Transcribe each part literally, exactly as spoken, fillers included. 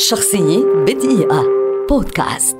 شخصية بدقيقة بودكاست.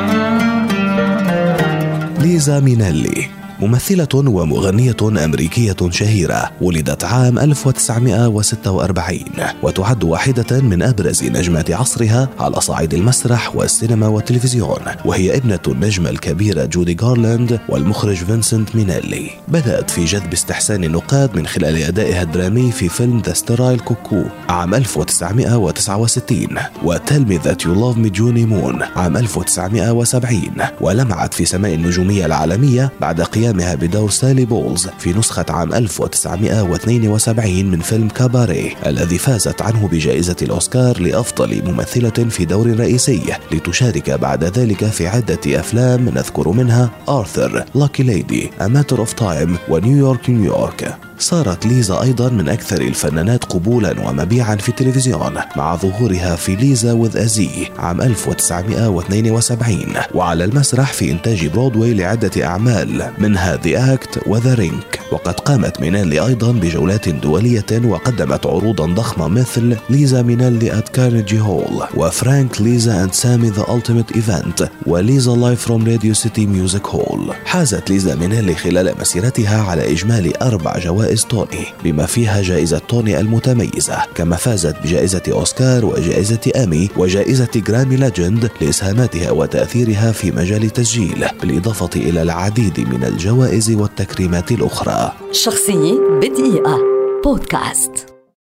ليزا مينيلي ممثلة ومغنية أمريكية شهيرة، ولدت عام ألف وتسعمائة وستة وأربعين وتعد واحدة من أبرز نجمات عصرها على صعيد المسرح والسينما والتلفزيون، وهي ابنة النجمة الكبيرة جودي غارلاند والمخرج فينسنت مينيلي. بدأت في جذب استحسان النقاد من خلال أدائها الدرامي في فيلم ذا سترايل كوكو عام ألف وتسعمائة وتسعة وستين وتيل مي ذات يو لاف مي جوني مون عام ألف وتسعمائة وسبعين، ولمعت في سماء النجومية العالمية بعد قيام بدور سالي بولز في نسخة عام ألف وتسعمائة واثنين وسبعين من فيلم كاباري الذي فازت عنه بجائزة الأوسكار لأفضل ممثلة في دور رئيسي، لتشارك بعد ذلك في عدة أفلام نذكر منها آرثر، لاكي ليدي، A Matter of Time ونيويورك نيويورك. صارت ليزا أيضا من أكثر الفنانات قبولا ومبيعا في التلفزيون مع ظهورها في ليزا وذ أزي عام ألف وتسعمائة واثنين وسبعين، وعلى المسرح في إنتاج برودواي لعدة أعمال منها The Act وذا رينك. وقد قامت مينيلي أيضا بجولات دولية وقدمت عروضا ضخمة مثل ليزا مينيلي at Carnegie Hall وفرانك ليزا and سامي The Ultimate Event وليزا لايف from Radio City Music Hall. حازت ليزا مينيلي خلال مسيرتها على إجمالي أربع جوائز توني بما فيها جائزة توني المتميزة، كما فازت بجائزة أوسكار وجائزة أمي وجائزة جرامي ليجند لإسهاماتها وتأثيرها في مجال التسجيل، بالإضافة إلى العديد من الجوائز والتكريمات الأخرى. شخصية بدقيقة بودكاست.